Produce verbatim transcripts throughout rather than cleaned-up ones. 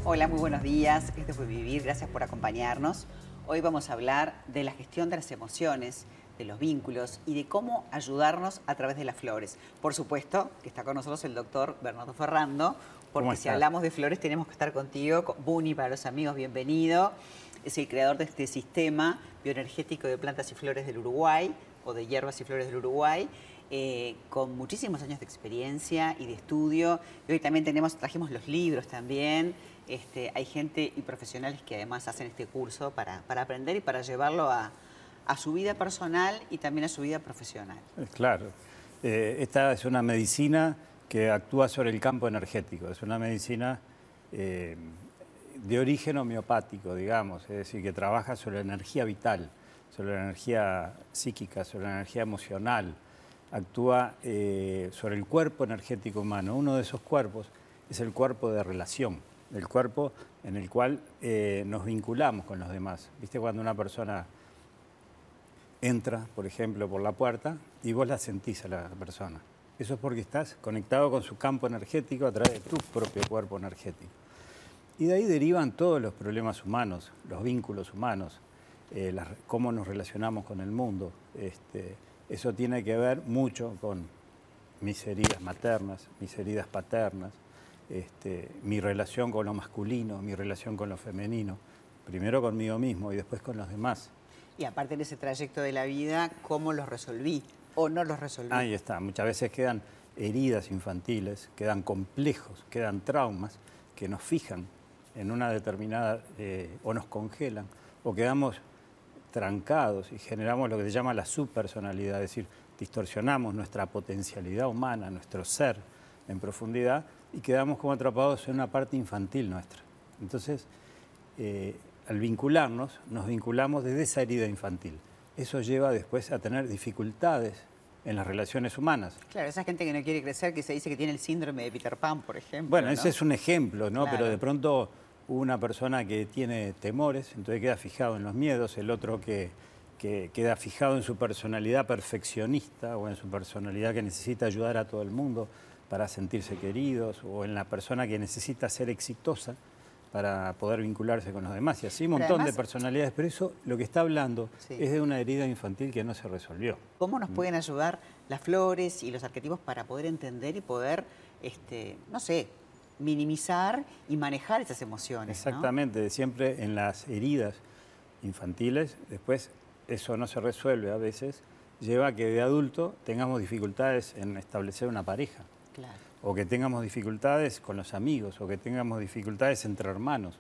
Hola, muy buenos días. Esto fue Vivir. Gracias por acompañarnos. Hoy vamos a hablar de la gestión de las emociones, de los vínculos y de cómo ayudarnos a través de las flores. Por supuesto que está con nosotros el doctor Bernardo Ferrando, porque si hablamos de flores tenemos que estar contigo. Buni, para los amigos, bienvenido. Es el creador de este sistema bioenergético de plantas y flores del Uruguay, o de hierbas y flores del Uruguay, eh, con muchísimos años de experiencia y de estudio. Y hoy también tenemos, trajimos los libros también. Este, hay gente y profesionales que además hacen este curso para, para aprender y para llevarlo a, a su vida personal y también a su vida profesional. Claro. Eh, esta es una medicina que actúa sobre el campo energético. Es una medicina eh, de origen homeopático, digamos. Es decir, que trabaja sobre la energía vital, sobre la energía psíquica, sobre la energía emocional. Actúa eh, sobre el cuerpo energético humano. Uno de esos cuerpos es el cuerpo de relación. El cuerpo en el cual eh, nos vinculamos con los demás. ¿Viste cuando una persona entra, por ejemplo, por la puerta y vos la sentís a la persona? Eso es porque estás conectado con su campo energético a través de tu propio cuerpo energético. Y de ahí derivan todos los problemas humanos, los vínculos humanos, eh, las, cómo nos relacionamos con el mundo. Este, eso tiene que ver mucho con mis heridas maternas, mis heridas paternas, Este, mi relación con lo masculino, mi relación con lo femenino, primero conmigo mismo y después con los demás. Y aparte de ese trayecto de la vida, ¿cómo los resolví o no los resolví? Ahí está, muchas veces quedan heridas infantiles, quedan complejos, quedan traumas que nos fijan en una determinada, eh, o nos congelan, o quedamos trancados y generamos lo que se llama la subpersonalidad, es decir, distorsionamos nuestra potencialidad humana, nuestro ser en profundidad, y quedamos como atrapados en una parte infantil nuestra. Entonces, eh, al vincularnos, nos vinculamos desde esa herida infantil. Eso lleva después a tener dificultades en las relaciones humanas. Claro, esa gente que no quiere crecer, que se dice que tiene el síndrome de Peter Pan, por ejemplo. Bueno, ¿no? ese es un ejemplo, ¿no? Claro. Pero de pronto una persona que tiene temores, entonces queda fijado en los miedos, el otro que, que queda fijado en su personalidad perfeccionista o en su personalidad que necesita ayudar a todo el mundo para sentirse queridos, o en la persona que necesita ser exitosa para poder vincularse con los demás, y así un montón además, de personalidades. Pero eso lo que está hablando sí. es de una herida infantil que no se resolvió. ¿Cómo nos pueden ayudar las flores y los arquetipos para poder entender y poder, este, no sé, minimizar y manejar esas emociones? Exactamente, ¿no? Siempre en las heridas infantiles, después eso no se resuelve a veces, lleva a que de adulto tengamos dificultades en establecer una pareja. Claro. O que tengamos dificultades con los amigos, o que tengamos dificultades entre hermanos.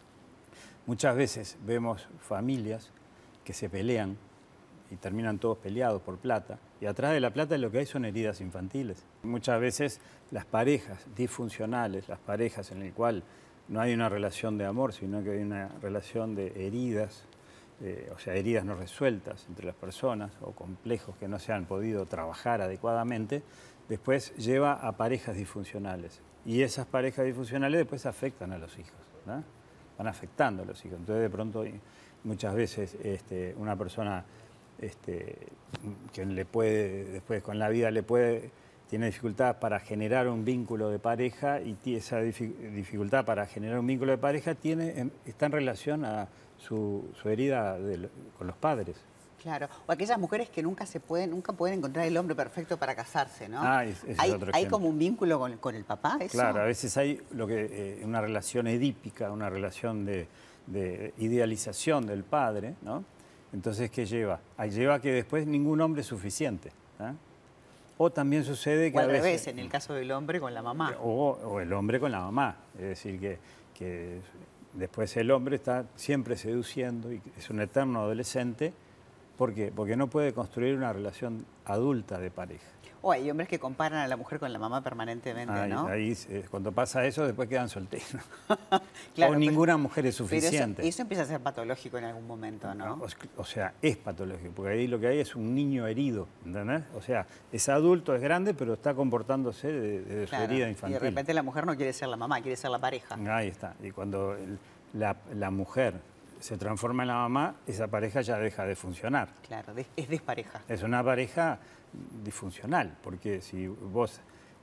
Muchas veces vemos familias que se pelean y terminan todos peleados por plata, y atrás de la plata lo que hay son heridas infantiles. Muchas veces las parejas disfuncionales, las parejas en las cuales no hay una relación de amor, sino que hay una relación de heridas, eh, o sea, heridas no resueltas entre las personas, o complejos que no se han podido trabajar adecuadamente, después lleva a parejas disfuncionales. Y esas parejas disfuncionales después afectan a los hijos, ¿no? Van afectando a los hijos. Entonces, de pronto, muchas veces este, una persona este, que le puede, después con la vida le puede, tiene dificultad para generar un vínculo de pareja, y esa dificultad para generar un vínculo de pareja tiene, está en relación a su, su herida de, con los padres. Claro, o aquellas mujeres que nunca se pueden, nunca pueden encontrar el hombre perfecto para casarse, ¿no? Ah, ese es ¿Hay, otro ¿Hay ejemplo. como un vínculo con, con el papá, eso? Claro, a veces hay lo que, eh, una relación edípica, una relación de, de idealización del padre, ¿no? Entonces, ¿qué lleva? Ahí lleva a que después ningún hombre es suficiente, ¿eh? O también sucede que o al a veces... revés, en el caso del hombre con la mamá. O, o el hombre con la mamá, es decir, que, que después el hombre está siempre seduciendo y es un eterno adolescente. ¿Por qué? Porque no puede construir una relación adulta de pareja. O hay hombres que comparan a la mujer con la mamá permanentemente, ahí, ¿no? Ahí, cuando pasa eso, después quedan solteros. Claro, o ninguna pero, mujer es suficiente. Pero eso, eso empieza a ser patológico en algún momento, ¿no? O, o sea, es patológico, porque ahí lo que hay es un niño herido, ¿entendés? O sea, es adulto, es grande, pero está comportándose de, de claro, su herida infantil. Y de repente la mujer no quiere ser la mamá, quiere ser la pareja. Ahí está. Y cuando el, la, la mujer se transforma en la mamá, esa pareja ya deja de funcionar. Claro, es despareja. Es una pareja disfuncional, porque si vos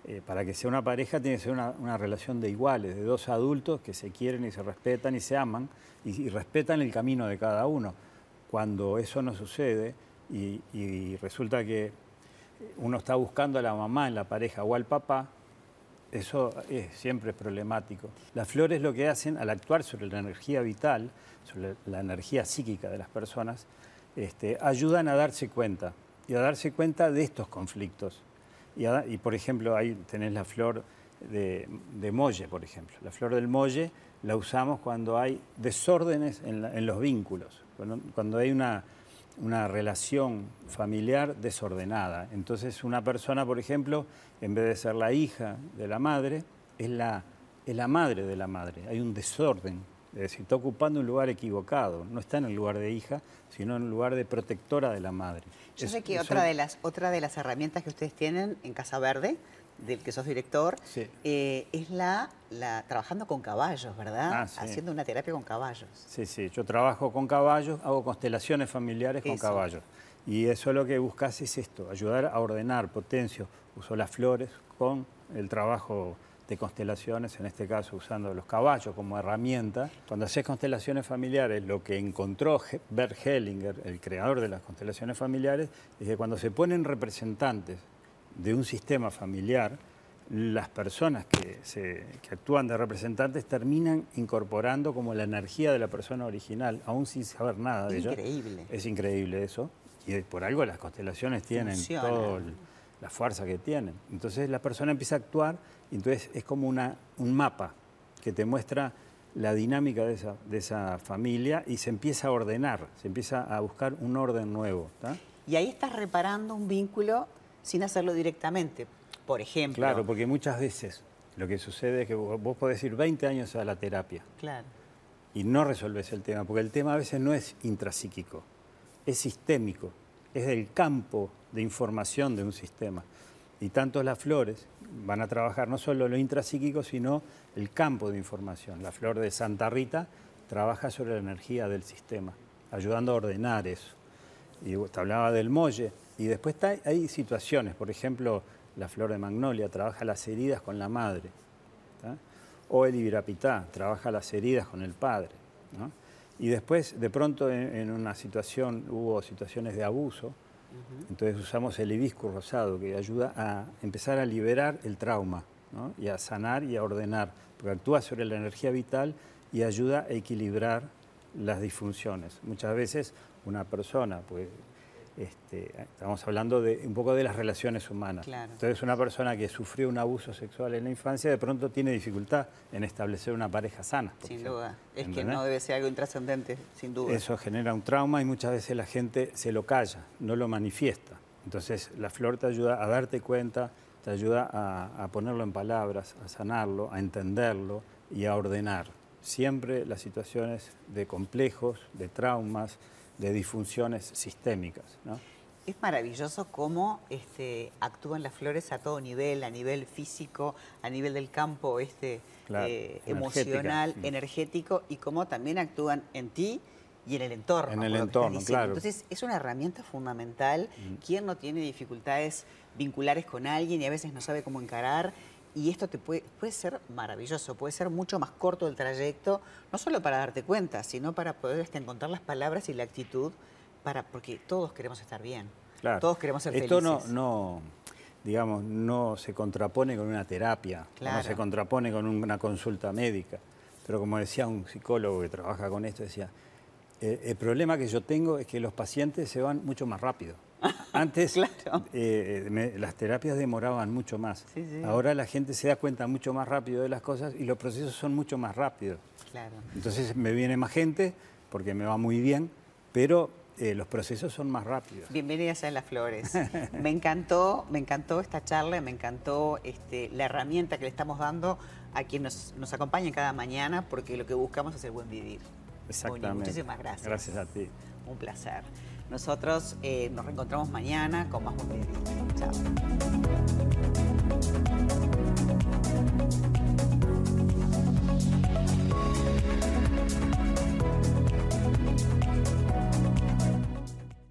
eh, para que sea una pareja tiene que ser una, una relación de iguales, de dos adultos que se quieren y se respetan y se aman y, y respetan el camino de cada uno. Cuando eso no sucede y, y resulta que uno está buscando a la mamá en la pareja o al papá, eso es, siempre es problemático. Las flores lo que hacen al actuar sobre la energía vital, sobre la energía psíquica de las personas, este, ayudan a darse cuenta y a darse cuenta de estos conflictos. Y, a, y por ejemplo, ahí tenés la flor de, de molle, por ejemplo. La flor del molle la usamos cuando hay desórdenes en, la, en los vínculos, cuando, cuando hay una, una relación familiar desordenada. Entonces una persona, por ejemplo, en vez de ser la hija de la madre, es la, es la madre de la madre. Hay un desorden, es decir, está ocupando un lugar equivocado. No está en el lugar de hija, sino en el lugar de protectora de la madre. Yo es, sé que eso... otra, de las, otra de las herramientas que ustedes tienen en Casa Verde, del que sos director, sí. eh, es la, la trabajando con caballos, ¿verdad? Ah, sí. Haciendo una terapia con caballos. Sí, sí, yo trabajo con caballos, hago constelaciones familiares con eso. caballos. Y eso lo que buscas es esto, ayudar a ordenar, potencio. Uso las flores con el trabajo de constelaciones, en este caso usando los caballos como herramienta. Cuando haces constelaciones familiares, lo que encontró Bert Hellinger, el creador de las constelaciones familiares, es que cuando se ponen representantes de un sistema familiar, las personas que, se, que actúan de representantes terminan incorporando como la energía de la persona original, aún sin saber nada de ella. Increíble. Es increíble eso. Y por algo las constelaciones tienen Funciona. toda la fuerza que tienen. Entonces la persona empieza a actuar y entonces es como una, un mapa que te muestra la dinámica de esa, de esa familia y se empieza a ordenar, se empieza a buscar un orden nuevo. ¿Tá? Y ahí estás reparando un vínculo sin hacerlo directamente, por ejemplo. Claro, porque muchas veces lo que sucede es que vos, vos podés ir veinte años a la terapia. Claro. Y no resolvés el tema, porque el tema a veces no es intrapsíquico, es sistémico, es del campo de información de un sistema. Y tanto las flores van a trabajar no solo lo intrapsíquico, sino el campo de información. La flor de Santa Rita trabaja sobre la energía del sistema, ayudando a ordenar eso. Y te hablaba del molle. Y después está, hay situaciones, por ejemplo, la flor de magnolia trabaja las heridas con la madre, ¿tá? O el ibirapitá trabaja las heridas con el padre, ¿no? Y después, de pronto, en, en una situación, hubo situaciones de abuso, uh-huh. Entonces usamos el hibiscus rosado, que ayuda a empezar a liberar el trauma, ¿no? Y a sanar y a ordenar, porque actúa sobre la energía vital y ayuda a equilibrar las disfunciones. Muchas veces una persona, pues, Este, estamos hablando de un poco de las relaciones humanas. Claro. Entonces una persona que sufrió un abuso sexual en la infancia de pronto tiene dificultad en establecer una pareja sana. Sin ejemplo. duda. Es ¿Entendés? que no debe ser algo intrascendente, sin duda. Eso genera un trauma y muchas veces la gente se lo calla, no lo manifiesta. Entonces la flor te ayuda a darte cuenta, te ayuda a, a ponerlo en palabras, a sanarlo, a entenderlo y a ordenar. Siempre las situaciones de complejos, de traumas, de disfunciones sistémicas, ¿no? Es maravilloso cómo este, actúan las flores a todo nivel, a nivel físico, a nivel del campo este, claro, eh, energética. emocional, Mm. energético, y cómo también actúan en ti y en el entorno. En el por lo que entorno, estás diciendo. claro. Entonces es una herramienta fundamental. Mm. ¿Quién no tiene dificultades vinculares con alguien y a veces no sabe cómo encarar? Y esto te puede, puede ser maravilloso, puede ser mucho más corto el trayecto, no solo para darte cuenta, sino para poder hasta encontrar las palabras y la actitud, para, porque todos queremos estar bien, Claro. todos queremos ser Esto felices. no, no, digamos, no se contrapone con una terapia, Claro. no se contrapone con una consulta médica. Pero como decía un psicólogo que trabaja con esto, decía, eh, el problema que yo tengo es que los pacientes se van mucho más rápido. Antes Claro. eh, me, las terapias demoraban mucho más. Sí, sí. Ahora la gente se da cuenta mucho más rápido de las cosas y los procesos son mucho más rápidos. Claro. Entonces me viene más gente porque me va muy bien, pero eh, los procesos son más rápidos. Bienvenidas a Las Flores. Me encantó, me encantó esta charla, me encantó este, la herramienta que le estamos dando a quien nos, nos acompaña cada mañana, porque lo que buscamos es el buen vivir. Exactamente. Uni, muchísimas gracias. Gracias a ti. Un placer. Nosotros eh, nos reencontramos mañana con más buen vivir. Chao.